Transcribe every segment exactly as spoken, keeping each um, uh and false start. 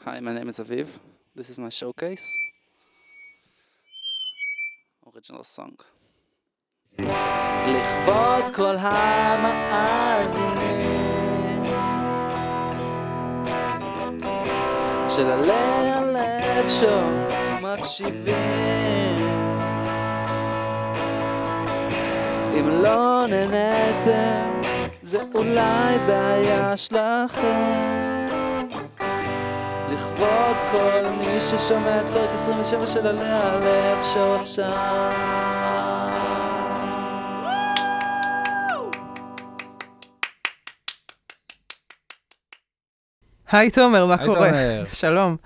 Hi, my name is Aviv. This is my showcase. Original song. לכבוד כל המאזינים של עלי הלב שמקשיבים, אם לא נהנתם זה אולי בעיה שלכם. לכבוד כל מי ששומע את פרק עשרים ושבע של עלי הלב שואו עכשיו. היי תומר, מה קורה? שלום.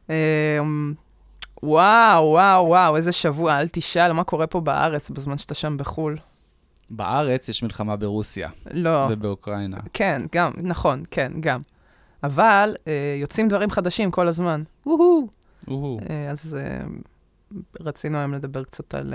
וואו, וואו, וואו, איזה שבוע, אל תשאל, מה קורה פה בארץ בזמן שאתה שם בחול? בארץ יש מלחמה ברוסיה. לא. ובאוקראינה. כן, גם, נכון, כן, גם. אבל יוצאים דברים חדשים כל הזמן. וואו. וואו. אז רצינו היום לדבר קצת על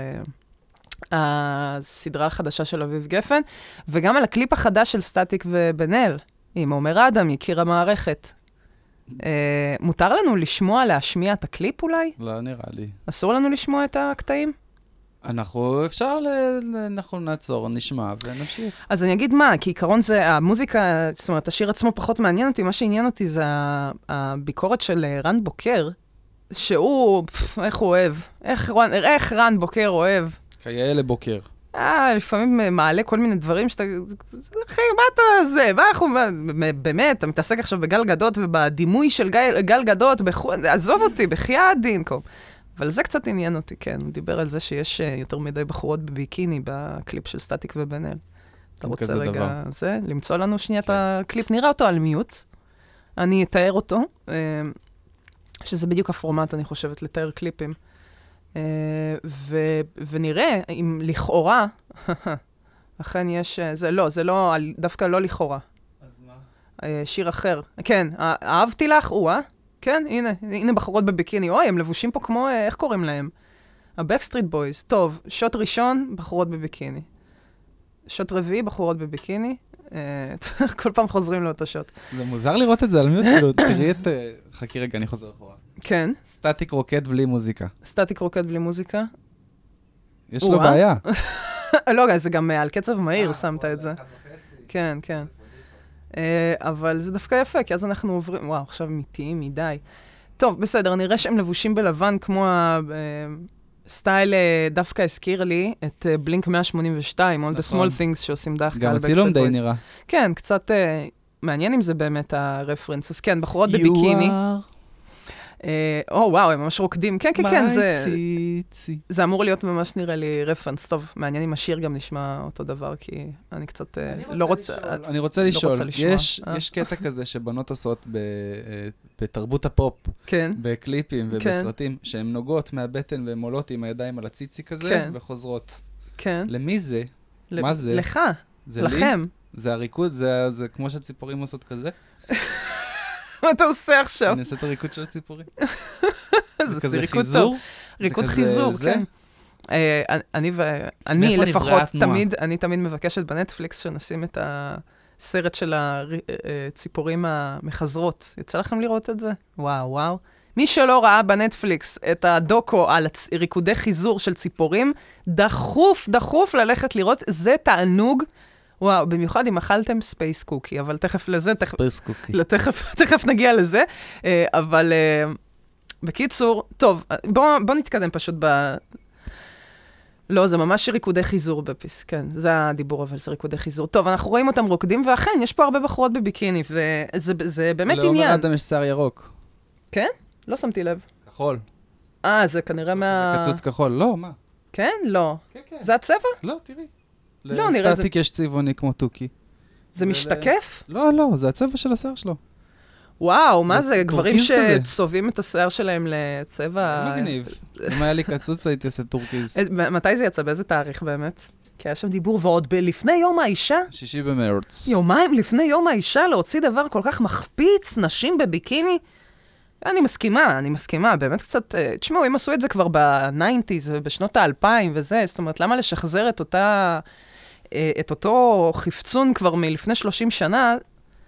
הסדרה החדשה של אביב גפן, וגם על הקליפ החדש של סטטיק ובן-אל, עם עומר אדם, יקיר המערכת. מותר לנו לשמוע, להשמיע את הקליפ אולי? לא, נראה לי. אסור לנו לשמוע את הקטעים? אנחנו, אפשר, אנחנו נעצור, נשמע ונמשיך. אז אני אגיד מה, כי עיקרון זה, המוזיקה, זאת אומרת, השיר עצמו פחות מעניין אותי, מה שעניין אותי זה הביקורת של רן בוקר, שהוא, איך הוא אוהב, איך, איך רן בוקר אוהב. כיאה לבוקר. אה, לפעמים מעלה כל מיני דברים שאתה, אחי, מה אתה זה? מה אנחנו, באמת, אתה מתעסק עכשיו בגל גדות ובדימוי של גל, גל גדות, עזוב אותי, בחייאת דינקו. אבל זה קצת עניין אותי, כן. הוא דיבר על זה שיש יותר מדי בחורות בביקיני בקליפ של סטטיק ובן-אל. אתה רוצה רגע זה, למצוא לנו שנייה את הקליפ, נראה אותו על מיוט. אני אתאר אותו, שזה בדיוק הפורמט, אני חושבת, לתאר קליפים. ונראה אם לכאורה, אכן יש, זה לא, זה לא, דווקא לא לכאורה. אז מה? שיר אחר. כן, אהבתי לך, הוא, אה? כן, הנה, הנה בחורות בביקיני. אוי, הם לבושים פה כמו, איך קוראים להם? הבקסטריט בויז. טוב, שוט ראשון, בחורות בביקיני. שוט רביעי, בחורות בביקיני. כל פעם חוזרים לאותו שוט. זה מוזר לראות את זה על מיוט, כאילו, תראי את... חכי רגע, אני חוזר אחורה. כן. סטטיק רוקד בלי מוזיקה. סטטיק רוקד בלי מוזיקה? יש לו בעיה. לא, זה גם על קצב מהיר שמת את זה. כן, כן. אבל זה דווקא יפה, כי אז אנחנו עוברים... וואו, עכשיו אמיתיים מדי. טוב, בסדר, נראה שהם לבושים בלבן, כמו הסטייל דווקא הזכיר לי את בלינק מאה שמונים ושתיים, All the small things שעושים דווקא גם הצילום די נראה. כן, קצת מעניין אם זה באמת הרפרנס. אז כן, בחורות בביקיני. או, וואו, הם ממש רוקדים. כן, כן, כן, זה... זה אמור להיות ממש נראה לי רפרנס. טוב, מעניין אם השיר גם נשמע אותו דבר, כי אני קצת לא רוצה... אני רוצה לשאול, יש קטע כזה שבנות עושות בתרבות הפופ, בקליפים ובסרטים, שהן נוגעות מהבטן והן עולות עם הידיים על הציצי כזה, וחוזרות. כן. למי זה? מה זה? לך. לכם. זה הריקוד? זה כמו שהציפורים עושות כזה? מה אתה עושה עכשיו? אני עושה את הריקוד של הציפורים. זה ריקוד טוב. ריקוד חיזור, כן. אני לפחות תמיד, אני תמיד מבקשת בנטפליקס שנשים את הסרט של הציפורים המחזרות. יצא לכם לראות את זה? וואו, וואו. מי שלא ראה בנטפליקס את הדוקו על ריקודי חיזור של ציפורים, דחוף, דחוף ללכת לראות, זה תענוג. וואו, במיוחד אם אכלתם ספייס קוקי, אבל תכף לזה, ספייס קוקי. תכף, תכף נגיע לזה, אבל בקיצור, טוב, בוא, בוא נתקדם פשוט ב... לא, זה ממש ריקודי חיזור בפיס, כן, זה הדיבור, אבל זה ריקודי חיזור. טוב, אנחנו רואים אותם רוקדים, ואכן, יש פה הרבה בחורות בביקיני, וזה זה באמת לא עניין. לא אומר אדם יש שיער ירוק. כן? לא שמתי לב. כחול. אה, זה כנראה מה... זה קצוץ כחול, לא, מה? כן? לא. כן, כן. זה הצבע? לא, תראי. לא, נראה זה... לסטטיק יש צבעוני כמו טוקי. זה משתקף? לא, לא, זה הצבע של השיער שלו. וואו, מה זה? גברים שצובעים את השיער שלהם לצבע... מגניב. אם היה לי קצוץ, הייתי עושה טורקיז. מתי זה יצא? באיזה תאריך באמת? כי היה שם דיבור, ועוד לפני יום האישה? שישי במרץ. יומיים לפני יום האישה להוציא דבר כל כך מחפיץ, נשים בביקיני? אני מסכימה, אני מסכימה, באמת קצת... תשמעו, אם עשו את זה כבר ב-תשעים ובשנות ה-אלפיים וזה, זאת אומרת, למה לשחזר את אותה... את אותו חפצון כבר מלפני שלושים שנה,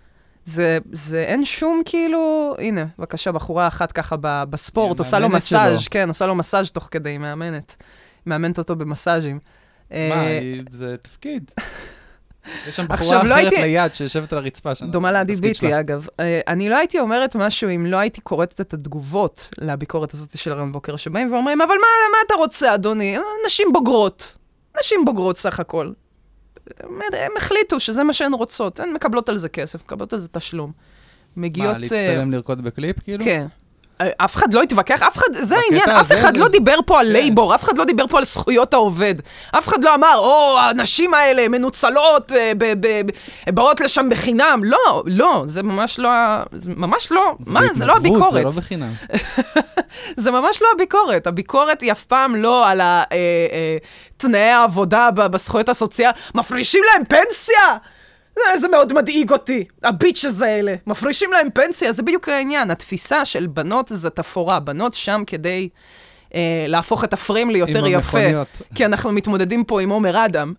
זה, זה אין שום כאילו, הנה, בבקשה, בחורה אחת ככה בספורט, עושה לו מסאז', כן, עושה לו מסאז' תוך כדי, מאמנת. מאמנת אותו במסאז'ים. מה, זה תפקיד. יש שם בחורה אחרת ליד שיושבת על הרצפה. דומה לעדי ביטי, אגב. אני לא הייתי אומרת משהו אם לא הייתי קוראת את התגובות לביקורת הזאת של רן בוקר, שבאים ואומרים, אבל מה אתה רוצה, אדוני? נשים בוגרות. נשים בוגרות סך הכל. הם החליטו שזה מה שהן רוצות. הן מקבלות על זה כסף, מקבלות על זה תשלום. מגיעות... מה, להצטלם לרקוד בקליפ, כאילו? כן. אף אחד לא התווכח, אף אחד, זה העניין, אף אחד לא דיבר פה על לייבור, אף אחד לא דיבר פה על זכויות העובד. אף אחד לא אמר, או, הנשים האלה מנוצלות, באות לשם בחינם. לא, לא, זה ממש לא, ממש לא, מה, זה לא הביקורת. זה לא בחינם. זה ממש לא הביקורת. הביקורת היא אף פעם לא על תנאי העבודה בזכויות הסוציאליות. מפרישים להם פנסיה! זה מאוד מדאיג אותי, הביצ'ז האלה. מפרישים להם פנסיה, זה בדיוק העניין. התפיסה של בנות זה תפורה. בנות שם כדי אה, להפוך את הפריים ליותר יפה. כי אנחנו מתמודדים פה עם עומר אדם,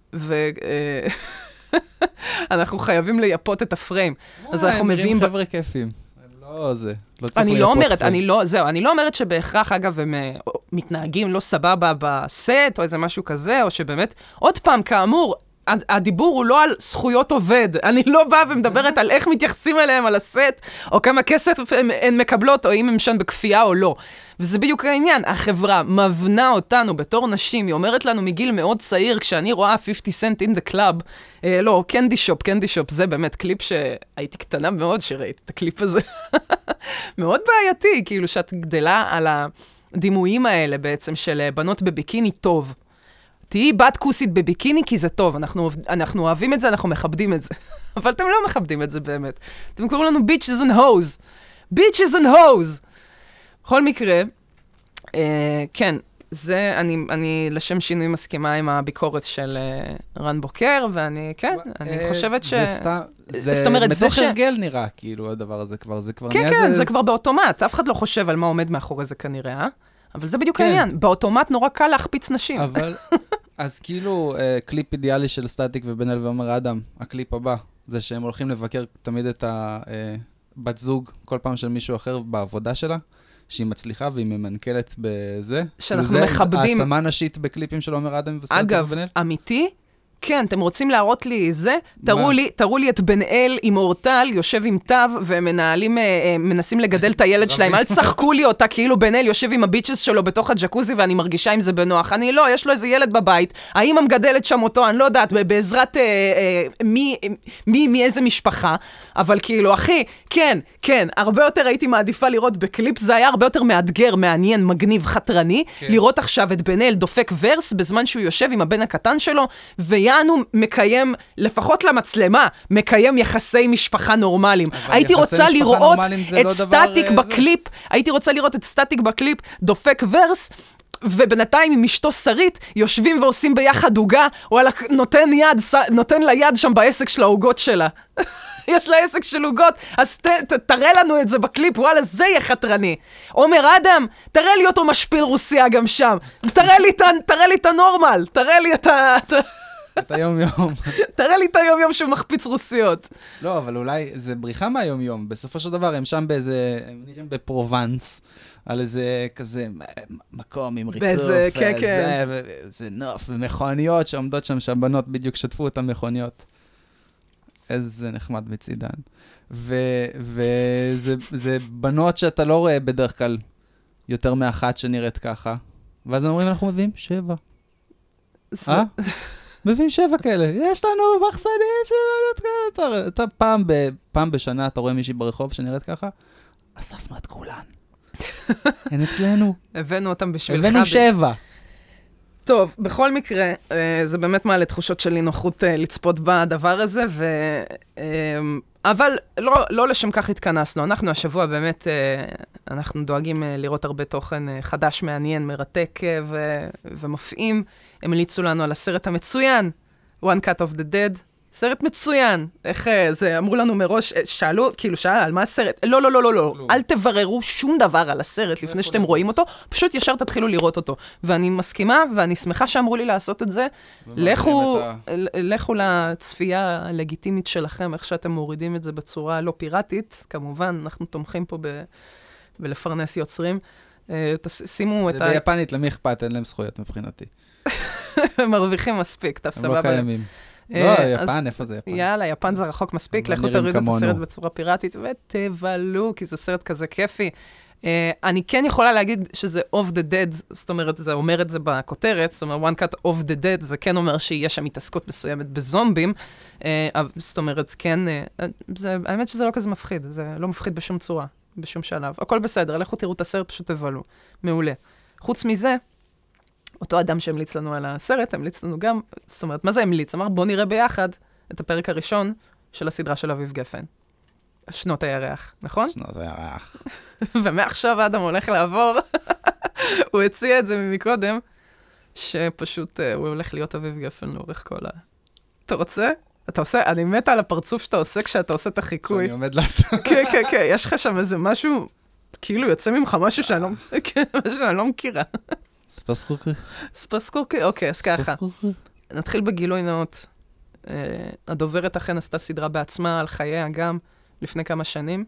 ואנחנו חייבים לייפות את הפריים. אז אנחנו מביאים... הם נראים חבר'ה כיפים. לא זה. אני לא אומרת, אני לא, זהו, אני לא אומרת שבהכרח, אגב, הם מתנהגים לא סבבה בסט, או איזה משהו כזה, או שבאמת, עוד פעם, כאמור, הדיבור הוא לא על זכויות עובד. אני לא באה ומדברת על איך מתייחסים אליהם על הסט, או כמה כסף הן מקבלות, או אם הם שם בכפייה או לא. וזה בדיוק העניין. החברה מבנה אותנו בתור נשים, היא אומרת לנו מגיל מאוד צעיר, כשאני רואה חמישים סנט in the club, אה, לא, קנדי שופ, קנדי שופ, זה באמת קליפ שהייתי קטנה מאוד שראיתי את הקליפ הזה. מאוד בעייתי, כאילו שאת גדלה על הדימויים האלה בעצם של בנות בביקיני טוב. תהיי בת כוסית בביקיני כי זה טוב, אנחנו, אנחנו אוהבים את זה, אנחנו מכבדים את זה. אבל אתם לא מכבדים את זה באמת. אתם קוראים לנו bitches and hoes. bitches and hoes. בכל מקרה, אה, כן, זה, אני, אני לשם שינוי מסכימה עם הביקורת של אה, רן בוקר, ואני, כן, אני אה, חושבת ש... זה סתם, זה זאת אומרת, מתוך הרגל ש... נראה, כאילו, הדבר הזה כבר, זה כבר כן, נהיה כן, זה... זה כבר באוטומט, אף אחד לא חושב על מה עומד מאחורי זה כנראה, אה? אבל זה בדיוק העניין, באוטומט נורא קל להחפיץ נשים. אבל, אז כאילו, קליפ אידיאלי של סטטיק ובן אל ועומר אדם, הקליפ הבא, זה שהם הולכים לבקר תמיד את הבת זוג, כל פעם של מישהו אחר בעבודה שלה, שהיא מצליחה והיא ממנכלת בזה. שאנחנו מכבדים. העצמה נשית בקליפים של עומר אדם וסטטיק ובן אל. אגב, אמיתי? כן, אתם רוצים להראות לי זה? תראו לי, תראו לי את בן אל עם אורטל, יושב עם תו, ומנהלים, מנסים לגדל את הילד שלהם. אל תשחקו לי אותה, כאילו בן אל יושב עם הביצ'ס שלו בתוך הג'קוזי, ואני מרגישה עם זה בנוח. אני לא, יש לו איזה ילד בבית, האמא מגדלת שם אותו, אני לא יודעת, בעזרת מי, מי, מי איזה משפחה, אבל כאילו, אחי, כן, כן, הרבה יותר הייתי מעדיפה לראות בקליפ, זה היה הרבה יותר מאתגר, מעניין, מגניב, חתרני, לראות עכשיו את בן אל דופק ורס, בזמן שהוא יושב עם הבן הקטן שלו, ויאנו מקיים, לפחות למצלמה, מקיים יחסי משפחה נורמליים. הייתי רוצה לראות את סטטיק בקליפ, הייתי רוצה לראות את סטטיק בקליפ, דופק ורס, ובינתיים עם אשתו שרית, יושבים ועושים ביחד הוגה, וואלה, נותן יד, נותן לה יד שם בעסק של ההוגות שלה. יש לה עסק של הוגות, אז ת, ת, תראה לנו את זה בקליפ, וואלה, זה יהיה חתרני. עומר אדם, תראה לי אותו משפיל רוסיה גם שם. תראה לי, תראה לי את הנורמל, תראה לי את ה... את היום-יום. תראה לי את היום-יום שהוא מחפיץ רוסיות. לא, אבל אולי זה בריחה מהיום-יום. בסופו של דבר, הם שם באיזה, הם נראים בפרובנס, על איזה כזה מקום עם ריצוף. באיזה, כן, כן. זה נוף, ומכוניות שעומדות שם, שהבנות בדיוק שתפו אותם מכוניות. איזה נחמד מצידן. וזה בנות שאתה לא רואה בדרך כלל יותר מאחת שנראית ככה. ואז הם אומרים, אנחנו מביאים שבע. אה? מביאים שבע כאלה. יש לנו מחסנים שבע כאלה. אתה פעם, ב, פעם בשנה אתה רואה מישהי ברחוב שנראית ככה? אספנו את כולן. הן אצלנו. הבאנו אותם בשבילך. הבאנו שבע. טוב, בכל מקרה, זה באמת מעלה תחושות שלי נוחות לצפות בדבר הזה, ו... אבל לא, לא לשם כך התכנסנו. אנחנו השבוע באמת, אנחנו דואגים לראות הרבה תוכן חדש, מעניין, מרתק ו... ומפעים. הם הליצו לנו על הסרט המצוין, One Cut of the Dead, סרט מצוין. איך זה, אמרו לנו מראש, שאלו, כאילו, שאל, על מה הסרט? לא, לא, לא, לא, לא. אל תבררו שום דבר על הסרט לפני שאתם רואים אותו, פשוט ישר תתחילו לראות אותו. ואני מסכימה, ואני שמחה שאמרו לי לעשות את זה. לכו, לכו לצפייה הלגיטימית שלכם, איך שאתם מורידים את זה בצורה לא פיראטית. כמובן, אנחנו תומכים פה בלפרנס יוצרים. שימו את ה... זה ביפנית, למי אכפת? אין להם זכויות מבחינתי. מרוויחים מספיק, טוב, סבבה. הם לא קיימים. לא, יפן, איפה זה יפן? יאללה, יפן זה רחוק מספיק, לכו תורידו את הסרט בצורה פיראטית, ותבלו, כי זה סרט כזה כיפי. אני כן יכולה להגיד שזה Of the Dead, זאת אומרת, זה אומר את זה בכותרת, זאת אומרת, One Cut of the Dead, זה כן אומר שיש שם התעסקות מסוימת בזומבים, זאת אומרת, כן, האמת שזה לא כזה מפחיד, זה לא מפחיד בשום צורה, בשום שלב. הכל בסדר, לכו תראו את הסרט, פשוט תבלו. מעולה. חוץ מזה, אותו אדם שהמליץ לנו על הסרט, המליץ לנו גם, זאת אומרת, מה זה המליץ? אמר, בוא נראה ביחד את הפרק הראשון של הסדרה של אביב גפן. שנות הירח, נכון? שנות הירח. ומעכשיו אדם הולך לעבור, הוא הציע את זה ממקודם, שפשוט הוא הולך להיות אביב גפן לאורך כל ה... אתה רוצה? אתה עושה, אני מתה על הפרצוף שאתה עושה כשאתה עושה את החיקוי. שאני עומד לעשות. כן, כן, כן, יש לך שם איזה משהו, כאילו יוצא ממך משהו שאני לא, כן, משהו שאני לא מכירה. ספסקוקי. ספסקוקי, אוקיי, אז ככה. נתחיל בגילוי נאות. הדוברת אכן עשתה סדרה בעצמה על חייה גם לפני כמה שנים.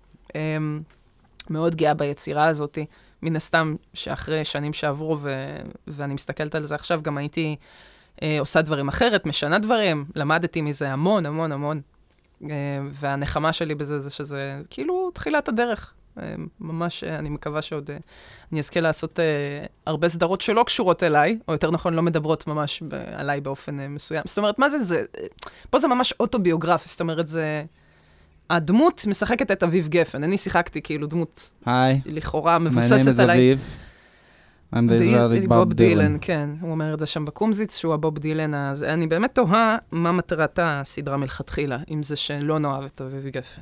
מאוד גאה ביצירה הזאת. מן הסתם שאחרי שנים שעברו, ואני מסתכלת על זה עכשיו, גם הייתי עושה דברים אחרת, משנה דברים, למדתי מזה המון, המון, המון. והנחמה שלי בזה זה שזה כאילו תחילת הדרך. ממש, אני מקווה שעוד אני אזכה לעשות הרבה סדרות שלא קשורות אליי, או יותר נכון, לא מדברות ממש עליי באופן מסוים. זאת אומרת, מה זה זה? פה זה ממש אוטוביוגרפי, זאת אומרת, זה... הדמות משחקת את אביב גפן. אני שיחקתי כאילו דמות לכאורה מבוססת עליי. My name is אביב. I'm the בוב דילן. כן, הוא אומר את זה שם בקומזיץ, שהוא הבוב דילן. אז אני באמת תוהה מה מטרת הסדרה מלכתחילה, אם זה שלא נאהב את אביב גפן.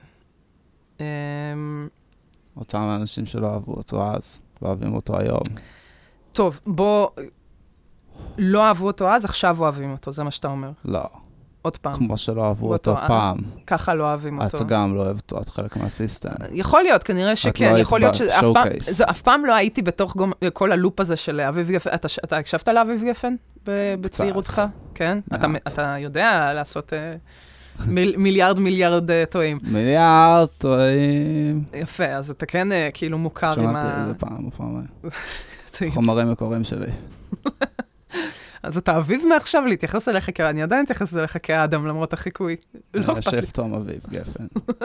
אותם האנשים שלא אהבו אותו אז, לא אוהבים אותו היום. טוב, בוא... לא אהבו אותו אז, עכשיו אוהבים אותו, זה מה שאתה אומר. לא. עוד פעם. כמו שלא אהבו אותו פעם. ככה לא אוהבים אותו. את גם לא אוהבת אותו, את חלק מהסיסטם. יכול להיות, כנראה שכן. יכול להיות שאף פעם לא הייתי בתוך כל הלופ הזה של אביב גפן. אתה הקשבת לאביב גפן בצעירותך? כן? אתה יודע לעשות... מיליארד מיליארד טועים. מיליארד טועים. יפה, אז אתה כן כאילו מוכר עם ה... שמעתי איזה פעם, פעם. חומרים מקוריים שלי. אז אתה אביב מעכשיו להתייחס אליך כ... אני עדיין אתייחס אליך כאדם למרות החיקוי. השף תום אביב גפן.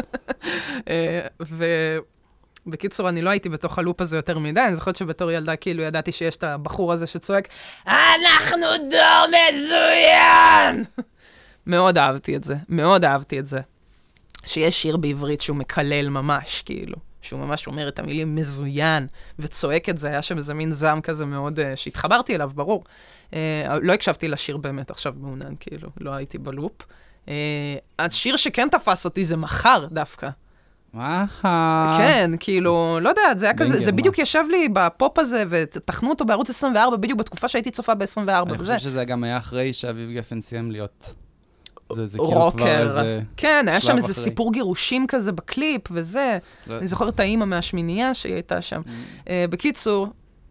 ובקיצור, אני לא הייתי בתוך הלופ הזה יותר מדי, אני זוכרת שבתור ילדה כאילו ידעתי שיש את הבחור הזה שצועק, אנחנו דור מזוין! מאוד אהבתי את זה, מאוד אהבתי את זה. שיש שיר בעברית שהוא מקלל ממש, כאילו, שהוא ממש אומר את המילים מזוין, וצועק את זה, היה שם איזה מין זעם כזה מאוד, uh, שהתחברתי אליו, ברור. Uh, לא הקשבתי לשיר באמת עכשיו מעונן, כאילו, לא הייתי בלופ. Uh, השיר שכן תפס אותי זה מחר דווקא. מחר. כן, כאילו, לא יודעת, זה היה כזה, זה בדיוק ישב לי בפופ הזה, ותכנו אותו בערוץ עשרים וארבע, בדיוק בתקופה שהייתי צופה ב-עשרים וארבע. אני חושב שזה גם היה אחרי שאביב גפן סיים להיות... זה, זה כאילו כבר איזה... כן, היה שם איזה סיפור גירושים כזה בקליפ וזה. אני זוכרת את האמא מהשמינייה שהיא הייתה שם. בקיצור...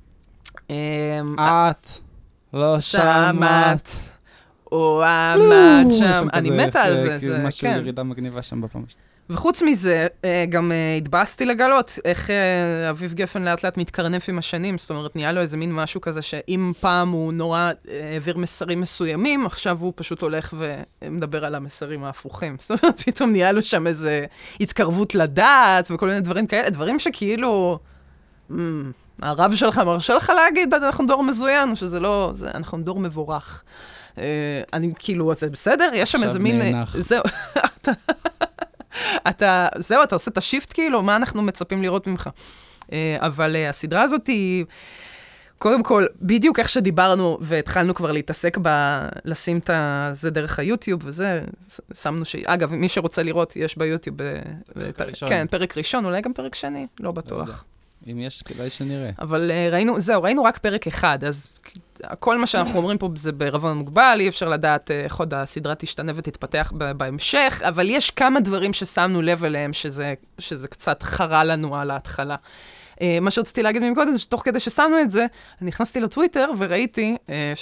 את לא שמעת. או עמד שם. אני מתה על זה. כאילו משהו ירידה מגניבה שם בפעם. וחוץ מזה, גם התבאסתי לגלות איך אביב גפן לאט לאט מתקרנף עם השנים, זאת אומרת, נהיה לו איזה מין משהו כזה שאם פעם הוא נורא העביר מסרים מסוימים, עכשיו הוא פשוט הולך ומדבר על המסרים ההפוכים. זאת אומרת, פתאום נהיה לו שם איזה התקרבות לדעת וכל מיני דברים כאלה, דברים שכאילו, הרב שלך מרשה לך להגיד, אנחנו דור מזוין, או שזה לא, אנחנו דור מבורך. אני כאילו, זה בסדר? יש שם איזה מין... זהו, אתה... אתה, זהו, אתה עושה את השיפט כאילו, מה אנחנו מצפים לראות ממך. אבל הסדרה הזאת היא, קודם כל, בדיוק איך שדיברנו, והתחלנו כבר להתעסק ב... לשים את זה דרך היוטיוב, וזה, שמנו ש... אגב, מי שרוצה לראות, יש ביוטיוב... פרק ראשון. כן, פרק ראשון, אולי גם פרק שני, לא בטוח. אם יש, כדאי שנראה. אבל ראינו, זהו, ראינו רק פרק אחד, אז כל מה שאנחנו אומרים פה זה בערבון מוגבל, אי אפשר לדעת איך עוד הסדרה תשתנה ותתפתח בהמשך, אבל יש כמה דברים ששמנו לב אליהם, שזה, שזה קצת חרה לנו על ההתחלה. מה שרציתי להגיד מקודם, זה שתוך כדי ששמנו את זה, אני נכנסתי לטוויטר וראיתי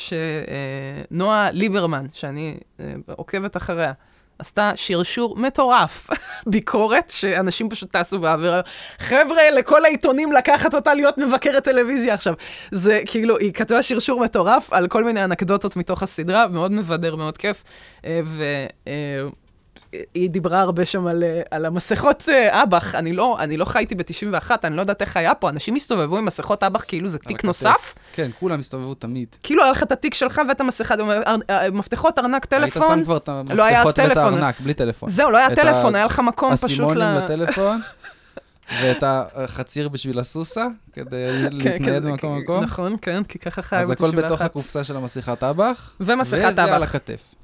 שנועה ליברמן, שאני עוקבת אחריה, עשתה שרשור מטורף, ביקורת שאנשים פשוט טסו באוויר. חבר'ה, לכל העיתונים לקחת אותה להיות מבקרת טלוויזיה עכשיו. זה כאילו, היא כתבה שרשור מטורף על כל מיני אנקדוטות מתוך הסדרה, מאוד מבדר, מאוד כיף. ו... היא דיברה הרבה שם על, על המסכות אבח. אני לא, אני לא חייתי ב-תשעים ואחת, אני לא יודעת איך היה פה. אנשים הסתובבו עם מסכות אבח כאילו זה תיק נוסף. כן, כולם הסתובבו תמיד. כאילו היה לך את התיק שלך ואת המסכה, מפתחות, ארנק, טלפון. היית שם כבר את המפתחות ואת הארנק, בלי טלפון. זהו, לא היה טלפון, היה לך מקום פשוט ל... הסימונים לטלפון, ואת החציר בשביל הסוסה, כדי להתנייד במקום במקום. נכון, כן, כי ככה חייב אז הכל בתוך הקופסה של המסכת אבח. ומסכת אבח. וזה על הכתף.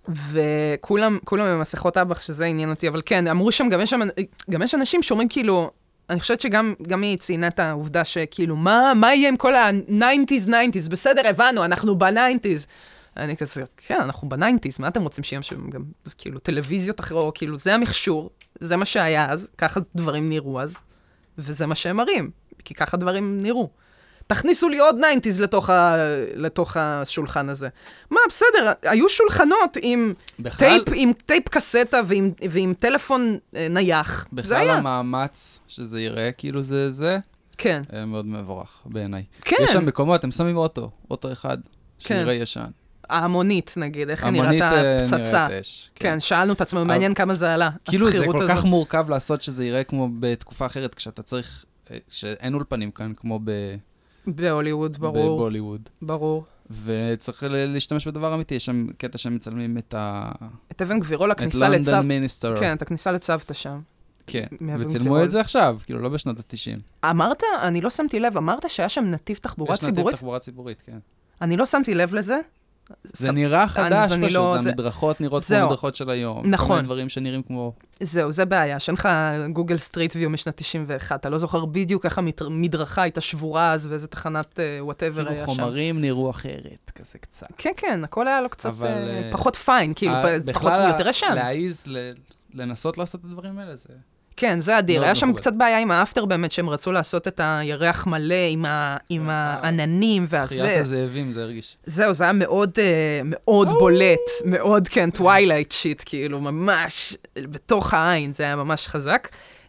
וכולם, כולם עם מסכות אבח, שזה עניין אותי, אבל כן, אמרו שם, גם יש שם, גם יש אנשים שאומרים כאילו, אני חושבת שגם, גם היא ציינה את העובדה שכאילו, מה, מה יהיה עם כל ה-ניינטיז, ניינטיז? בסדר, הבנו, אנחנו ב-ניינטיז. אני כזה, כן, אנחנו ב-ניינטיז, מה אתם רוצים שיהיה שם גם, כאילו, טלוויזיות אחרות, כאילו, זה המכשור, זה מה שהיה אז, ככה דברים נראו אז, וזה מה שהם מראים, כי ככה דברים נראו. תכניסו לי עוד ניינטיז לתוך, ה... לתוך השולחן הזה. מה, בסדר, היו שולחנות עם, בכלל... טייפ, עם טייפ קסטה ועם, ועם טלפון אה, נייח. זה היה. בכלל המאמץ שזה יראה כאילו זה זה, כן. מאוד מבורך בעיניי. כן. יש שם מקומות, הם שמים אוטו, אוטו אחד, שיראה כן. ישן. ההמונית, נגיד, איך היא נראית הפצצה. נראית אש. כן. כן, שאלנו את עצמנו, מעניין כמה זה עלה, כאילו זה כל כך מורכב לעשות שזה יראה כמו בתקופה אחרת, כשאתה צריך, שאין אולפנים כאן, כמו ב... בהוליווד, ברור. בהוליווד. ברור. וצריך להשתמש בדבר אמיתי, יש שם קטע שהם מצלמים את ה... את אבן גבירול, הכניסה לצו... את לונדון מיניסטר. כן, את הכניסה לצוותא שם. כן, וצילמו את זה עכשיו, כאילו לא בשנות ה-תשעים. אמרת, אני לא שמתי לב, אמרת שהיה שם נתיב תחבורה ציבורית? יש נתיב תחבורה ציבורית, כן. אני לא שמתי לב לזה. זה נראה חדש פשוט, המדרכות נראות כמו מדרכות של היום. נכון. כל מיני דברים שנראים כמו... זהו, זה בעיה, שאין לך גוגל סטריט ויו משנת תשעים ואחת, אתה לא זוכר בדיוק איך המדרכה הייתה שבורה אז, ואיזה תחנת וואטאבר היה שם. חומרים נראו אחרת, כזה קצת. כן, כן, הכל היה לו קצת פחות פיין, כאילו, פחות יותר ישן. בכלל, להעיז לנסות לעשות את הדברים האלה, זה... כן, זה אדיר. היה שם קצת בעיה עם האפטר באמת, שהם רצו לעשות את הירח מלא עם העננים והזה. חיית הזאבים, זה הרגיש. זהו, זה היה מאוד, מאוד בולט, מאוד, כן, טווילייט שיט, כאילו, ממש בתוך העין, זה היה ממש חזק.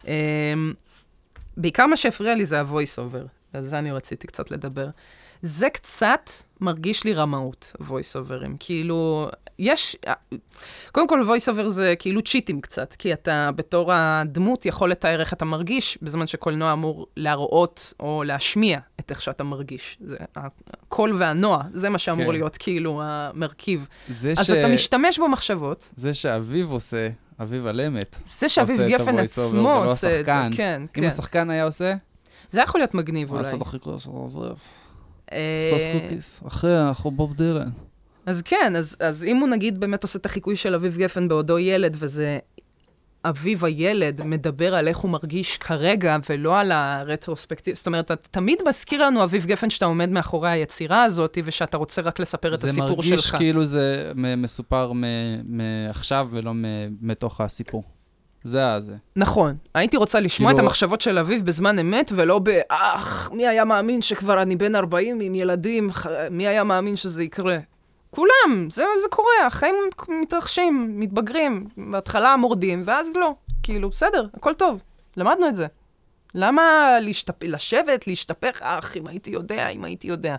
בעיקר מה שהפריע לי זה ה-voice over, על זה אני רציתי קצת לדבר. זה קצת מרגיש לי רמאות, voice overים. כאילו, יש... קודם כל, voice over זה כאילו צ'יטים קצת, כי אתה בתור הדמות יכול לתאר איך אתה מרגיש, בזמן שקולנוע אמור להראות או להשמיע את איך שאתה מרגיש. זה הקול והנוע, זה מה שאמור כן. להיות כאילו המרכיב. אז ש... אתה משתמש במחשבות. זה שאביב עושה, אביב הלמת. זה שאביב גפן עצמו עושה את זה, כן. אם כן. השחקן היה עושה... זה יכול להיות מגניב אולי. לעשות הכי קרוא של אביב. ספוס קוקיס, אחרי, אנחנו בוב דילן. אז כן, אז, אז אם הוא נגיד באמת עושה את החיקוי של אביב גפן בעודו ילד, וזה אביב הילד מדבר על איך הוא מרגיש כרגע, ולא על הרטרוספקטיב, זאת אומרת, אתה תמיד מזכיר לנו אביב גפן שאתה עומד מאחורי היצירה הזאת, ושאתה רוצה רק לספר את הסיפור שלך. זה מרגיש כאילו זה מסופר מעכשיו ולא מתוך הסיפור. זה זה. נכון. הייתי רוצה לשמוע כאילו... את המחשבות של אביב בזמן אמת, ולא באח, מי היה מאמין שכבר אני בן ארבעים עם ילדים, מי היה מאמין שזה יקרה? כולם, זה, זה קורה, החיים מתרחשים, מתבגרים, בהתחלה מורדים, ואז לא. כאילו, בסדר, הכל טוב, למדנו את זה. למה להשתפ... לשבת, להשתפך, אח, אם הייתי יודע, אם הייתי יודע.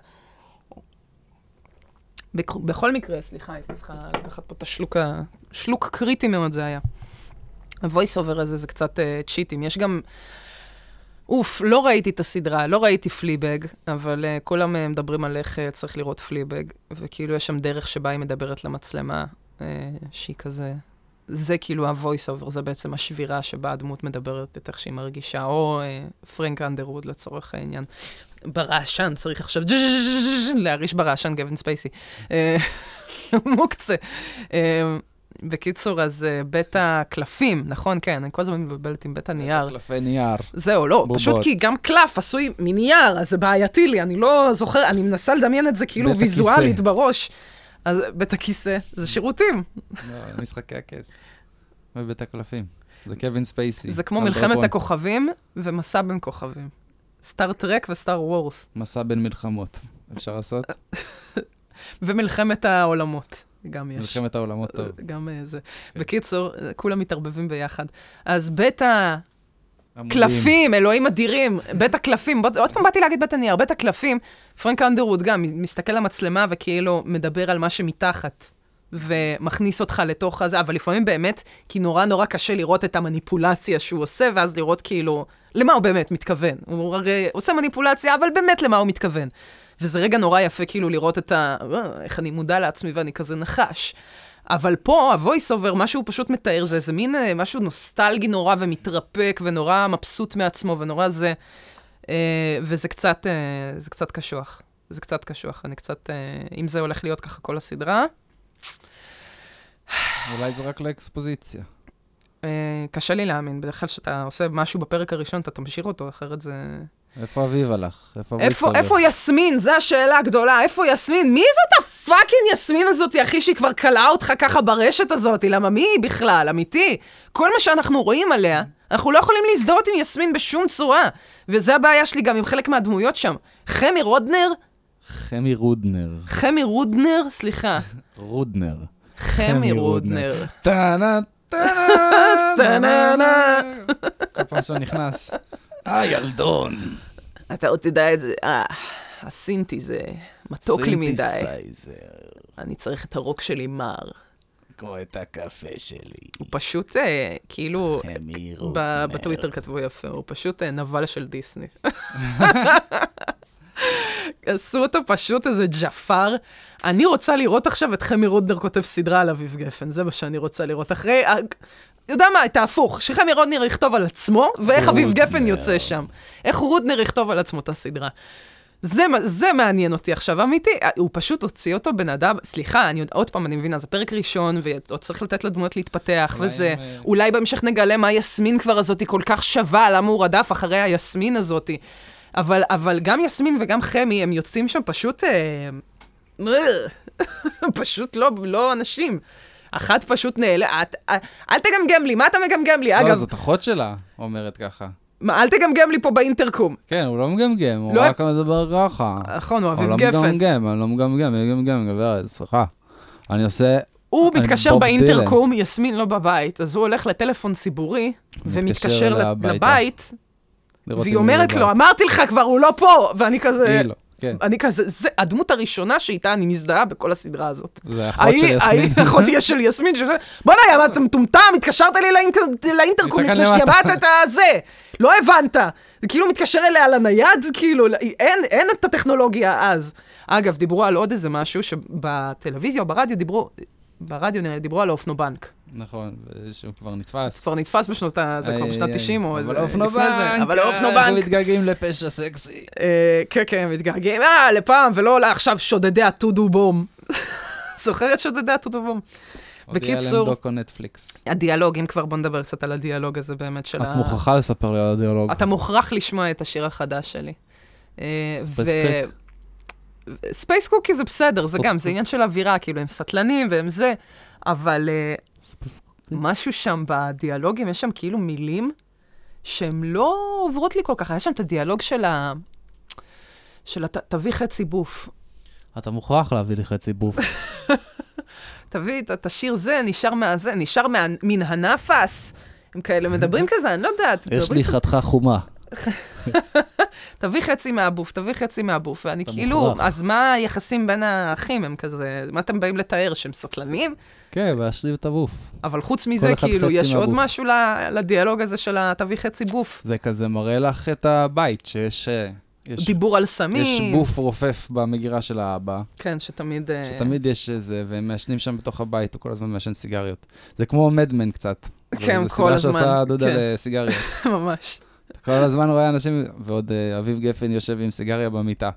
בכ... בכל מקרה, סליחה, הייתי צריכה לקחת פה את השלוק, ה... שלוק קריטי מאוד זה היה. ה-voice over הזה זה קצת uh, צ'יטים. יש גם... אוף, לא ראיתי את הסדרה, לא ראיתי פליבג, אבל uh, כולם uh, מדברים על איך uh, צריך לראות פליבג, וכאילו יש שם דרך שבה היא מדברת למצלמה, uh, שהיא כזה... זה כאילו ה-voice over, זה בעצם השבירה שבה הדמות מדברת את איך שהיא מרגישה, או uh, פרנק אנדרווד לצורך העניין. ברעשן, צריך עכשיו להריש ברעשן גווין ספייסי. מוקצה. בקיצור, אז בית הקלפים, נכון? כן, אני כל הזמן מבלבלת עם בית הנייר. בית הקלפי נייר. זהו, לא, פשוט כי גם קלף עשוי מנייר, אז זה בעייתי לי, אני לא זוכר, אני מנסה לדמיין את זה כאילו ויזואלית בראש. אז בית הכיסא, זה שירותים. לא, משחקי הכס. ובית הקלפים. זה קווין ספייסי. זה כמו מלחמת הכוכבים ומסע בין כוכבים. סטאר טרק וסטאר וורס. מסע בין מלחמות. אפשר לעשות? ומלחמת העולמות. גם יש. מלחמת העולמות טוב. גם זה. בקיצור, כולם מתערבבים ביחד. אז בית הקלפים, אלוהים אדירים, בית הקלפים, עוד פעם באתי להגיד בית הנייר, בית הקלפים, פרנק אנדרווד גם מסתכל למצלמה וכאילו מדבר על מה שמתחת, ומכניס אותך לתוך הזה, אבל לפעמים באמת, כי נורא נורא קשה לראות את המניפולציה שהוא עושה, ואז לראות כאילו, למה הוא באמת מתכוון. הוא הרי עושה מניפולציה, אבל באמת למה הוא מתכוון. וזה רגע נורא יפה כאילו לראות את ה... איך אני מודע לעצמי ואני כזה נחש. אבל פה, הוויס אובר, מה שהוא פשוט מתאר, זה איזה מין משהו נוסטלגי נורא ומתרפק, ונורא מבסוט מעצמו, ונורא זה... אה, וזה קצת, אה, זה קצת קשוח. זה קצת קשוח. אני קצת... אה, אם זה הולך להיות ככה כל הסדרה... אולי זה רק לאקספוזיציה. אה, קשה לי להאמין. בדרך כלל שאתה עושה משהו בפרק הראשון, אתה תמשיך אותו, אחרת זה... איפה אביב הלך? איפה איפה, איפה יסמין? זו השאלה הגדולה. איפה יסמין? מי זאת הפאקינג יסמין הזאת, אחי, שהיא כבר קלעה אותך ככה ברשת הזאת? למה מי היא בכלל? אמיתי? כל מה שאנחנו רואים עליה, אנחנו לא יכולים להזדהות עם יסמין בשום צורה. וזה הבעיה שלי גם עם חלק מהדמויות שם. חמי רודנר? חמי רודנר. חמי רודנר? סליחה. רודנר. חמי רודנר. טאנה, טאנה, טאנה. כל פעם שהוא נכנס. אה, ילדון. אתה עוד תדע את זה. אה, הסינטי זה מתוק לי מדי. סינתסייזר. אני צריך את הרוק שלי מר. כמו את הקפה שלי. הוא פשוט, אה, כאילו, ב- בטוויטר כתבו יפה, הוא פשוט אה, נבל של דיסני. עשו אותו פשוט איזה ג'פר. אני רוצה לראות עכשיו את חמי רודנר כותב סדרה על אביב גפן, זה מה שאני רוצה לראות. אחרי, יודע מה, תהפוך, שחמי רודנר יכתוב על עצמו, ואיך אביב גפן יוצא שם. איך רודנר יכתוב על עצמו את הסדרה. זה, זה מעניין אותי עכשיו, אמיתי. הוא פשוט הוציא אותו בן אדם, סליחה, אני, עוד פעם אני מבינה, זה פרק ראשון, ועוד צריך לתת לדמויות להתפתח, וזה, הם... אולי בהמשך נגלה מה יסמין כבר הזאת היא כל כך שווה, למה הוא רדף אחרי היסמין הזאת. אבל, אבל גם יסמין וגם חמי, הם יוצאים שם פשוט, אה, פשוט לא, לא אנשים. אחת פשוט נעלה, את, אל תגמגם לי, מה אתה מגמגם לי? לא, אגב, זאת אחות שלה, אומרת ככה. מה, אל תגמגם לי פה באינטרקום. כן, הוא לא מגמגם, הוא רק מדבר ככה. נכון, הוא אביב גפן. הוא לא מגמגם, אני לא מגמגם, אני לא מגמגם, גברת, סליחה. אני עושה... הוא מתקשר באינטרקום, יסמין לא בבית, אז הוא הולך לטלפון ציבורי, ומתקשר לבית, והיא אומרת לו, אמרתי לך כבר, הוא לא פה, ואני כזה... אני כזה, זה הדמות הראשונה שאיתה אני מזדהה בכל הסדרה הזאת. זה אחות של יסמין. אחות של יסמין, בוא נהיה, אתה מטומטם, התקשרת לי לאינטרקום לפני שגבעת את הזה. לא הבנת. זה כאילו מתקשר אליה לנייד, כאילו, אין את הטכנולוגיה אז. אגב, דיברו על עוד איזה משהו שבטלוויזיה או ברדיו דיברו, ברדיו נראה, דיברו על האופנובנק. נכון, שהוא כבר נתפס. כבר נתפס בשנות, זה כבר בשנת תשעים או אבל האופנובנק, אבל האופנובנק. אנחנו מתגעגעים לפשע סקסי. כן, כן, מתגעגעים, אה, לפעם, ולא עכשיו שודדי הטודו בום. זוכרת שודדי הטודו בום? בקיצור. עוד יהיה להם דוקו נטפליקס. הדיאלוג, אם כבר בוא נדבר קצת על הדיאלוג הזה באמת של ה... את מוכרחה לספר לי על הדיאלוג. אתה מוכרח לשמוע את השיר החדש שלי. ספייסקוק. ספייס קוקי זה בסדר, זה גם, זה עניין של אווירה, כאילו הם סטלנים והם זה, אבל משהו שם בדיאלוגים, יש שם כאילו מילים שהן לא עוברות לי כל כך. היה שם את הדיאלוג של ה... של תביא חצי בוף. אתה מוכרח להביא לי חצי בוף. תביא את השיר זה, נשאר מהזה, נשאר מן הנפס. הם כאלה מדברים כזה, אני לא יודעת. יש לי חתיכה חומה. תביא חצי מהבוף, תביא חצי מהבוף, ואני כאילו, אז מה היחסים בין האחים הם כזה, מה אתם באים לתאר, שהם סטלנים? כן, והשליב את הבוף. אבל חוץ מזה, כאילו, יש עוד משהו לדיאלוג הזה של תביא חצי בוף. זה כזה מראה לך את הבית, שיש... דיבור על סמים. יש בוף רופף במגירה של האבא. כן, שתמיד... שתמיד יש איזה, והם מעשנים שם בתוך הבית, הוא כל הזמן מעשן סיגריות. זה כמו מדמן קצת. כן, כל הזמן. זה סדרה שעושה דודה לסיגריות. ממש. כל הזמן רואה אנשים, ועוד אביב גפן יושב עם סיגריה במיטה.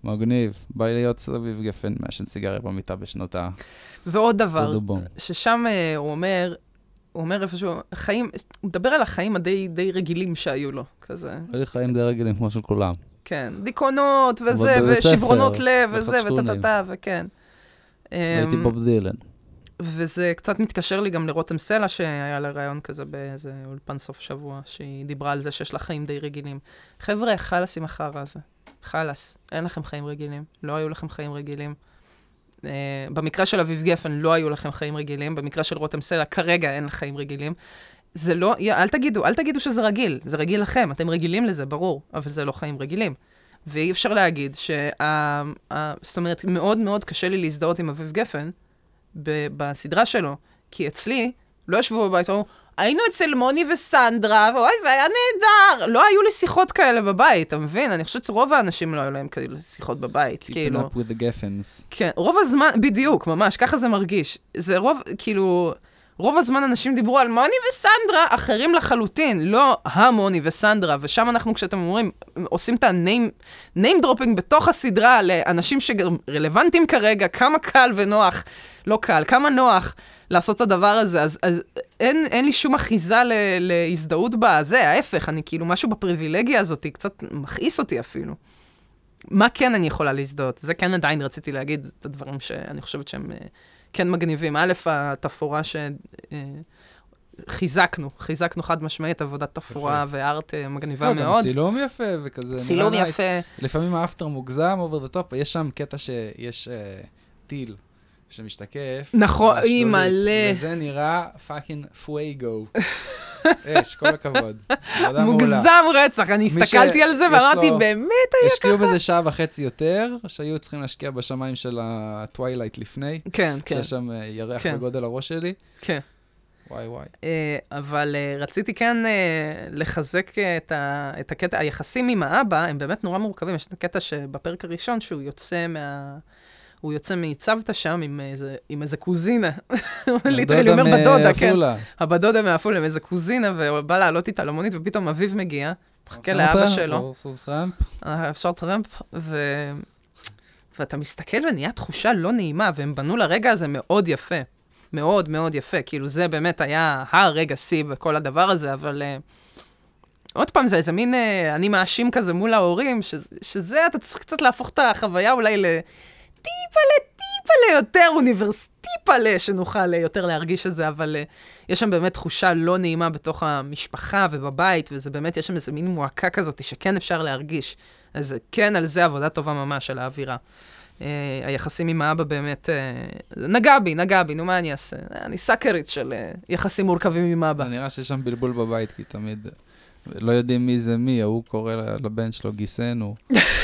מגניב. בא לי להיות אביב גפן, מעשן סיגריה במיטה בשנות ה... ועוד דבר, ששם הוא אומר, הוא אומר איפשהו, חיים, הוא מדבר על החיים הדי די רגילים שהיו לו, כזה. היו לי חיים די רגילים כמו של כולם. כן, דיכאונות וזה, ושברונות לב וזה, וטטטה, וכן. הייתי בוב דילן. וזה קצת מתקשר לי גם לרותם סלע, שהיה לה רעיון כזה באיזה אולפן סוף שבוע, שהיא דיברה על זה שיש לה חיים די רגילים. חבר'ה, חלס עם החרא הזה. חלס. אין לכם חיים רגילים. לא היו לכם חיים רגילים. Uh, במקרה של אביב גפן לא היו לכם חיים רגילים. במקרה של רותם סלע, כרגע אין לך חיים רגילים. זה לא, אל תגידו, אל תגידו שזה רגיל. זה רגיל לכם. אתם רגילים לזה, ברור. אבל זה לא חיים רגילים. ואי אפשר להגיד שה... ה, זאת אומרת, מאוד מאוד קשה לי להזדהות עם אביב גפן, בסדרה שלו, כי אצלי לא ישבו בבית, היינו אצל מוני וסנדרה, ואוי, והיה נהדר. לא היו לי שיחות כאלה בבית, אתה מבין? אני חושבת שרוב האנשים לא היו להם כאלה שיחות בבית, כאילו. Keeping up with the Geffens. כן, רוב הזמן, בדיוק, ממש, ככה זה מרגיש. זה רוב, כאילו, רוב הזמן אנשים דיברו על מוני וסנדרה, אחרים לחלוטין, לא המוני וסנדרה, ושם אנחנו, כשאתם אומרים, עושים את ה-name, name dropping בתוך הסדרה, לאנשים שרלוונטיים כרגע, כמה קל ונוח, לא קל, כמה נוח לעשות את הדבר הזה, אז, אז אין, אין לי שום אחיזה ל, להזדהות בה, זה ההפך, אני כאילו משהו בפריבילגיה הזאת, קצת מכעיס אותי אפילו. מה כן אני יכולה להזדהות? זה כן עדיין רציתי להגיד את הדברים שאני חושבת שהם כן מגניבים. א', התפאורה שחיזקנו, חיזקנו חד משמעית, עבודת תפאורה וארט מגניבה לא, מאוד. גם צילום יפה וכזה. צילום יפה. לפעמים האפטר מוגזם, over the top, יש שם קטע שיש uh, טיל. שמשתקף. נכון, היא מלא. וזה נראה פאקינג פוויגו. אש, כל הכבוד. מוגזם רצח, אני הסתכלתי על זה ואמרתי, באמת היה ככה? השקיעו בזה שעה וחצי יותר, שהיו צריכים להשקיע בשמיים של הטווילייט לפני. כן, כן. שיש שם ירח בגודל הראש שלי. כן. וואי וואי. אבל רציתי כן לחזק את הקטע, היחסים עם האבא, הם באמת נורא מורכבים. יש את הקטע שבפרק הראשון שהוא יוצא מה... הוא יוצא מצוותא שם עם איזה, עם איזה קוזינה. ליטרלי אומר בדודה, כן. הבדודה מעפולה, עם איזה קוזינה, ובא לעלות איתה למונית, ופתאום אביב מגיע, מחכה לאבא שלו. אפשר טרמפ, ו... ואתה מסתכל ונהיה תחושה לא נעימה, והם בנו לרגע הזה מאוד יפה. מאוד מאוד יפה. כאילו זה באמת היה הרגע שיא בכל הדבר הזה, אבל... עוד פעם, זה איזה מין, אני מאשים כזה מול ההורים, שזה, אתה צריך קצת להפוך את החוויה אולי ל... טיפלה, טיפלה יותר אוניברס, טיפלה שנוכל יותר להרגיש את זה, אבל uh, יש שם באמת תחושה לא נעימה בתוך המשפחה ובבית, וזה באמת, יש שם איזה מין מועקה כזאת שכן אפשר להרגיש. אז כן, על זה עבודה טובה ממש על האווירה. Uh, היחסים עם האבא באמת, uh, נגע בי, נגע בי, נו מה אני אעשה? אני סאקרית של uh, יחסים מורכבים עם האבא. נראה שיש שם בלבול בבית, כי תמיד לא יודעים מי זה מי, הוא קורא לבן שלו גיסנו.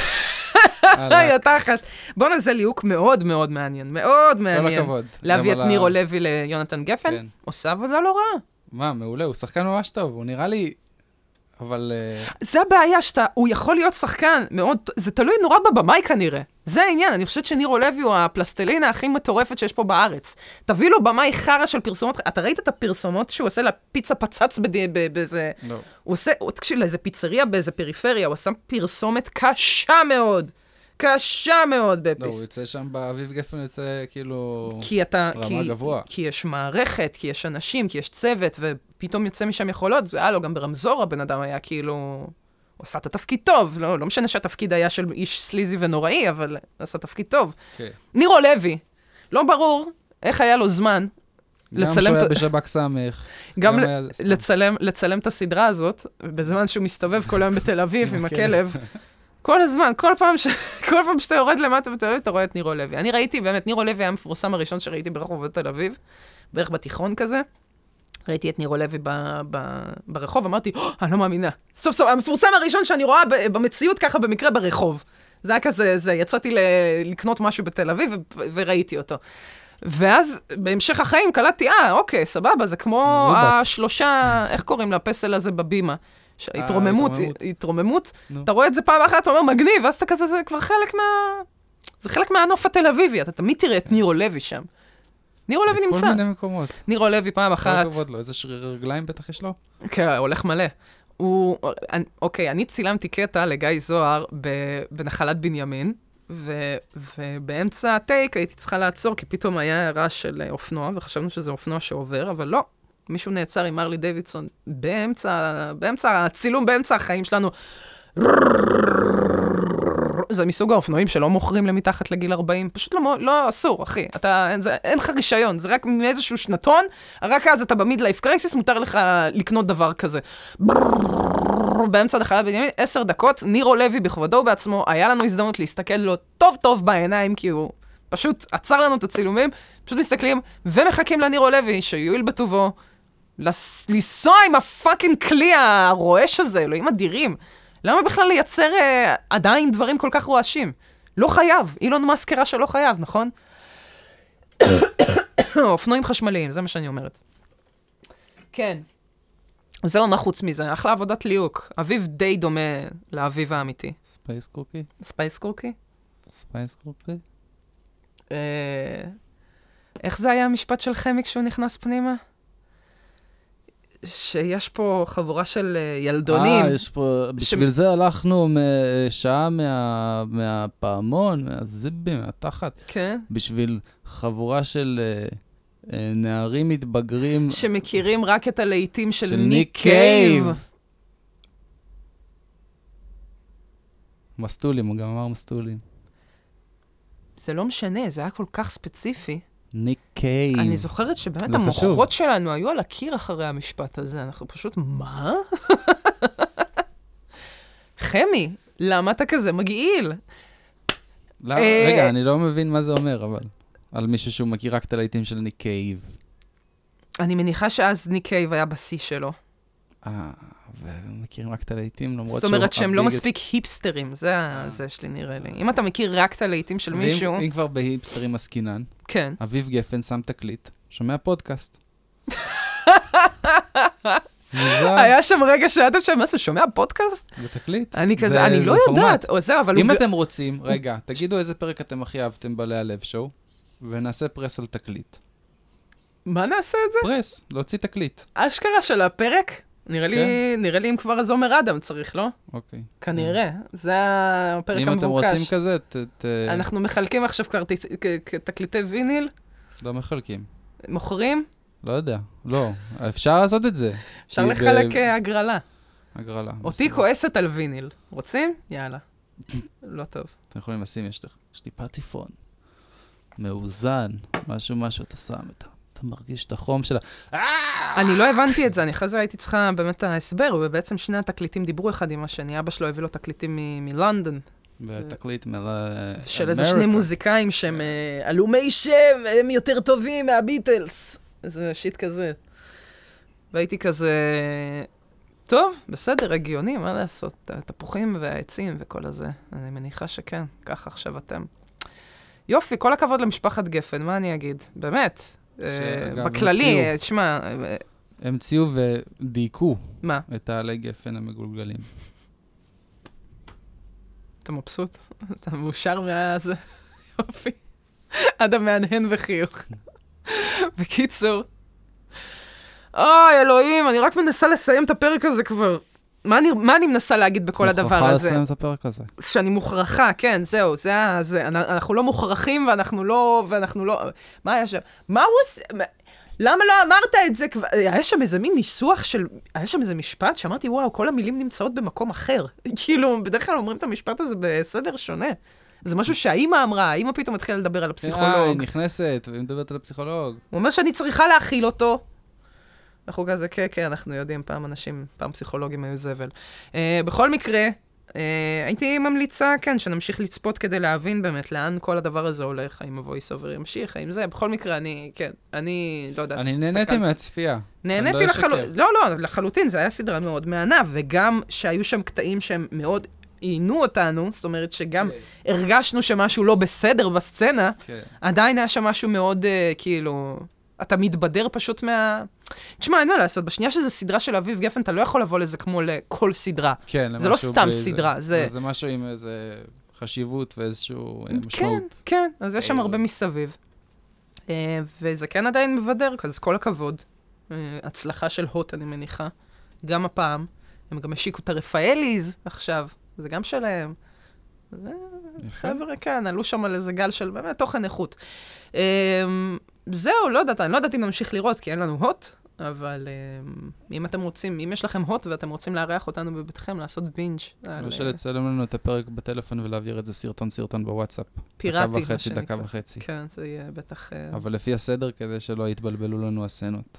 היי, התחת. בוא נעשה ליהוק מאוד מאוד מעניין, מאוד מעניין. כל הכבוד. להביא את נירו לוי ליונתן גפן, עושה עבודה לא רעה. מה, מעולה, הוא שחקן ממש טוב, הוא נראה לי, אבל... זה הבעיה שאתה, הוא יכול להיות שחקן מאוד, זה תלוי נורא בבמאי כנראה. זה העניין, אני חושבת שנירו לוי הוא הפלסטלינה הכי מטורפת שיש פה בארץ. תביא לו במאי חרא של פרסומות, אתה ראית את הפרסומות שהוא עושה לפיצה פצץ באיזה... לא. הוא עושה, תקשיב, לאיזה פיצריה באיזה פריפריה, הוא עשה פרסומת קשה מאוד. קשה מאוד בפיס. לא, הוא יוצא שם באביב גפן, יוצא כאילו כי אתה, רמה כי, גבוה. כי יש מערכת, כי יש אנשים, כי יש צוות, ופתאום יוצא משם יכולות, והיה לו גם ברמזור הבן אדם היה כאילו, הוא עשה את התפקיד טוב, לא, לא משנה שהתפקיד היה של איש סליזי ונוראי, אבל הוא עשה תפקיד טוב. Okay. נירו לוי, לא ברור איך היה לו זמן, גם שהוא היה בשבק סמך. גם לצלם, לצלם את הסדרה הזאת, בזמן שהוא מסתובב כל היום בתל אביב עם הכלב. כל הזמן, כל פעם, ש... כל פעם שאתה יורד למטה בתל אביב, אתה רואה את נירו לוי. אני ראיתי, באמת, נירו לוי היה המפורסם הראשון שראיתי ברחובות תל אביב, בערך בתיכון כזה. ראיתי את נירו לוי ב... ב... ברחוב, אמרתי, oh, אני לא מאמינה. סוף סוף, המפורסם הראשון שאני רואה ב... במציאות ככה במקרה ברחוב. זה היה כזה, זה, יצאתי ל... לקנות משהו בתל אביב ו... וראיתי אותו. ואז בהמשך החיים קלטתי, אה, אוקיי, סבבה, זה כמו השלושה, איך קוראים לפסל הזה בבימה? התרוממות, התרוממות, אתה רואה את זה פעם אחת, אתה אומר מגניב, ואז אתה כזה, זה כבר חלק מה... זה חלק מהנוף התל אביבי, אתה תמיד תראה את נירו לוי שם. נירו לוי נמצא. בכל מיני מקומות. נירו לוי פעם אחת. כל כבוד לו, איזה שריר רגליים בטח יש לו? כן, הולך מלא. הוא, אוקיי, אני צילמתי קטע לגיא זוהר בנחלת בנימין, ובאמצע הטייק הייתי צריכה לעצור, כי פתאום היה רעש של אופנוע, וחשבנו שזה אופנוע שעובר, אבל לא. מישהו נעצר עם ארלי דיווידסון באמצע, באמצע הצילום, באמצע החיים שלנו. זה מסוג האופנועים שלא מוכרים למתחת לגיל ארבעים. פשוט לא, לא אסור, אחי. אתה, זה, אין לך רישיון, זה רק מאיזשהו שנתון, רק אז אתה במיד-לייף קרייסיס, מותר לך לקנות דבר כזה. באמצע נחלת בנימין, עשר דקות, נירו לוי בכבודו בעצמו, היה לנו הזדמנות להסתכל לו טוב טוב בעיניים, כי הוא פשוט עצר לנו את הצילומים, פשוט מסתכלים ומחכים לנירו לוי, שיועיל בטובו, לנסוע עם הפאקינג כלי הרועש הזה, אלוהים אדירים. למה בכלל לייצר אה, עדיין דברים כל כך רועשים? לא חייב. אילון מאסק הראה שלא חייב, נכון? אופנועים חשמליים, זה מה שאני אומרת. כן. זהו, מה חוץ מזה? אחלה עבודת ליהוק. אביב די דומה לאביב האמיתי. ספייס קוקי? ספייס קוקי? ספייס קוקי? אה, איך זה היה המשפט של חמי כשהוא נכנס פנימה? שיש פה חבורה של ילדונים. אה, יש פה, בשביל ש... זה הלכנו שעה מה, מהפעמון, מהזיבים, מהתחת. כן. בשביל חבורה של uh, נערים מתבגרים. שמכירים רק את הלהיטים של, של ניק קייב. מסטולים, הוא גם אמר מסטולים. זה לא משנה, זה היה כל כך ספציפי. ניק קייב. אני זוכרת שבאמת המוחות שלנו היו על הקיר אחרי המשפט הזה. אנחנו פשוט, מה? חמי, למה אתה כזה מגעיל? רגע, אני לא מבין מה זה אומר, אבל. על מישהו שהוא מכיר רק את הלהיטים של ניק קייב. אני מניחה שאז ניק קייב היה בשיא שלו. אה, ומכירים רק את הלהיטים, למרות שהוא... זאת אומרת שהם לא מספיק היפסטרים, זה שלי נראה לי. אם אתה מכיר רק את הלהיטים של מישהו... אם כבר בהיפסטרים עסקינן, כן. אביב גפן שם תקליט, שומע פודקאסט. היה שם רגע שאתה שם, מה זה, שומע פודקאסט? בתקליט. אני כזה, אני לא יודעת, או זה, אבל... אם אתם רוצים, רגע, תגידו איזה פרק אתם הכי אהבתם בעלי הלב שואו, ונעשה פרס על תקליט. מה נעשה את זה? פרס, להוציא תקליט. אשכרה של הפרק? נראה לי, נראה לי אם כבר זומר אדם צריך, לא? אוקיי. כנראה. זה הפרק המבוקש. אם אתם רוצים כזה, ת... אנחנו מחלקים עכשיו תקליטי ויניל. לא מחלקים. מוכרים? לא יודע. לא. אפשר לעשות את זה. אפשר לחלק הגרלה. הגרלה. אותי כועסת על ויניל. רוצים? יאללה. לא טוב. אתם יכולים לשים, יש לי פטיפון. מאוזן. משהו, משהו, אתה שם את ה... אתה מרגיש את החום שלה. אני לא הבנתי את זה, אני אחרי זה הייתי צריכה באמת ההסבר, ובעצם שני התקליטים דיברו אחד עם השני, אבא שלו הביא לו תקליטים מלונדון. ותקליט מ... של איזה שני מוזיקאים שהם אלומי שם, הם יותר טובים מהביטלס. איזה שיט כזה. והייתי כזה, טוב, בסדר, הגיוני, מה לעשות? התפוחים והעצים וכל הזה. אני מניחה שכן, ככה עכשיו אתם. יופי, כל הכבוד למשפחת גפן, מה אני אגיד? באמת. בכללי, תשמע... המציאו ודייקו מה? את העלי גפן המגולגלים. אתה מבסוט? אתה מאושר מהזה? יופי. אדם מהנהן וחיוך. בקיצור. אוי, אלוהים, אני רק מנסה לסיים את הפרק הזה כבר. מה אני, מה אני מנסה להגיד בכל הדבר הזה? מוכרחה לסיים את הפרק הזה. שאני מוכרחה, כן, זהו, זה, זה, אנחנו לא מוכרחים ואנחנו לא, ואנחנו לא, מה היה שם? מה הוא עושה? למה לא אמרת את זה כבר? היה שם איזה מין ניסוח של, היה שם איזה משפט שאמרתי, וואו, כל המילים נמצאות במקום אחר. כאילו, בדרך כלל אומרים את המשפט הזה בסדר שונה. זה משהו שהאימא אמרה, האימא פתאום התחילה לדבר על הפסיכולוג. היא נכנסת, והיא מדברת על הפסיכולוג. הוא אומר שאני צריכה להכיל אותו. אנחנו כזה, כן, כן, אנחנו יודעים, פעם אנשים, פעם פסיכולוגים היו זבל. Uh, בכל מקרה, uh, הייתי ממליצה, כן, שנמשיך לצפות כדי להבין באמת לאן כל הדבר הזה הולך, האם ה-voice over ימשיך, האם זה, בכל מקרה, אני, כן, אני לא יודעת. אני נהניתי מהצפייה. נהניתי לחלוטין, לא, לא, לחלוטין, זה היה סדרה מאוד מענה, וגם שהיו שם קטעים שהם מאוד עיינו אותנו, זאת אומרת שגם הרגשנו שמשהו לא בסדר בסצנה, עדיין היה שם משהו מאוד, כאילו... אתה מתבדר פשוט מה... תשמע, אין מה לעשות, בשנייה שזו סדרה של אביב גפן, אתה לא יכול לבוא לזה כמו לכל סדרה. כן, זה לא סתם סדרה, זה... זה משהו עם איזה חשיבות ואיזשהו משמעות. כן, כן, אז יש שם הרבה מסביב. וזה כן עדיין מבדר, אז כל הכבוד. הצלחה של הוט, אני מניחה. גם הפעם. הם גם השיקו את הרפאליז עכשיו, זה גם שלהם. חבר'ה, כן, עלו שם על איזה גל של באמת תוכן איכות. זהו, לא יודעת, אני לא יודעת אם נמשיך לראות, כי אין לנו הוט, אבל אם אתם רוצים, אם יש לכם הוט ואתם רוצים לארח אותנו בביתכם, לעשות בינג' למשל לצלם לנו את הפרק בטלפון ולהעביר את זה סרטון סרטון בוואטסאפ. פיראטי, דקה וחצי, דקה וחצי. כן, זה יהיה בטח... אבל לפי הסדר, כדי שלא יתבלבלו לנו הסצנות.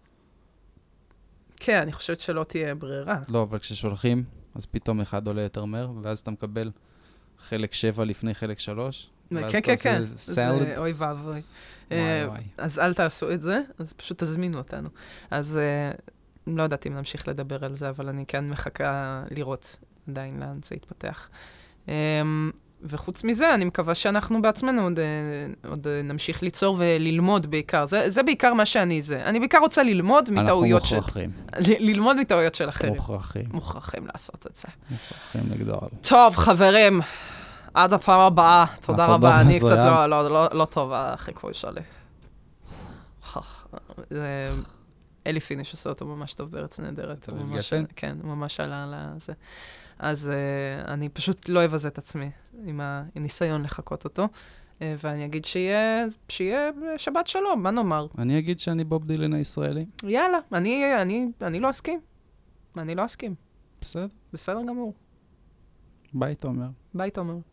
כן, אני חושבת שלא תהיה ברירה. לא, אבל כששולחים, אז פתאום אחד עולה יותר מהר, ואז אתה מקבל חלק שבע לפני חלק שלוש. כן, כן, כן. זה אוי ואבוי. אז אל תעשו את זה, אז פשוט תזמינו אותנו. אז לא יודעת אם נמשיך לדבר על זה, אבל אני כן מחכה לראות עדיין לאן זה יתפתח. וחוץ מזה, אני מקווה שאנחנו בעצמנו עוד, עוד נמשיך ליצור וללמוד בעיקר. זה, זה בעיקר מה שאני זה. אני בעיקר רוצה ללמוד מטעויות של... אנחנו מוכרחים. ל- ללמוד מטעויות של אחרים. מוכרחים. מוכרחים לעשות את זה. מוכרחים לגדול. טוב, חברים, עד הפעם הבאה. תודה רבה. אני קצת לא, לא, לא, לא טוב, החיקוי שלי. זה... אלי פיניש עושה אותו ממש טוב בארץ נהדרת. גפן? כן, ממש עלה על זה. אז uh, אני פשוט לא אבזה את עצמי עם הניסיון לחכות אותו, uh, ואני אגיד שיהיה, שיהיה שבת שלום, מה נאמר? אני אגיד שאני בוב דילן הישראלי. יאללה, אני, אני, אני לא אסכים. אני לא אסכים. בסדר. בסדר גמור. ביי, תומר. ביי, תומר.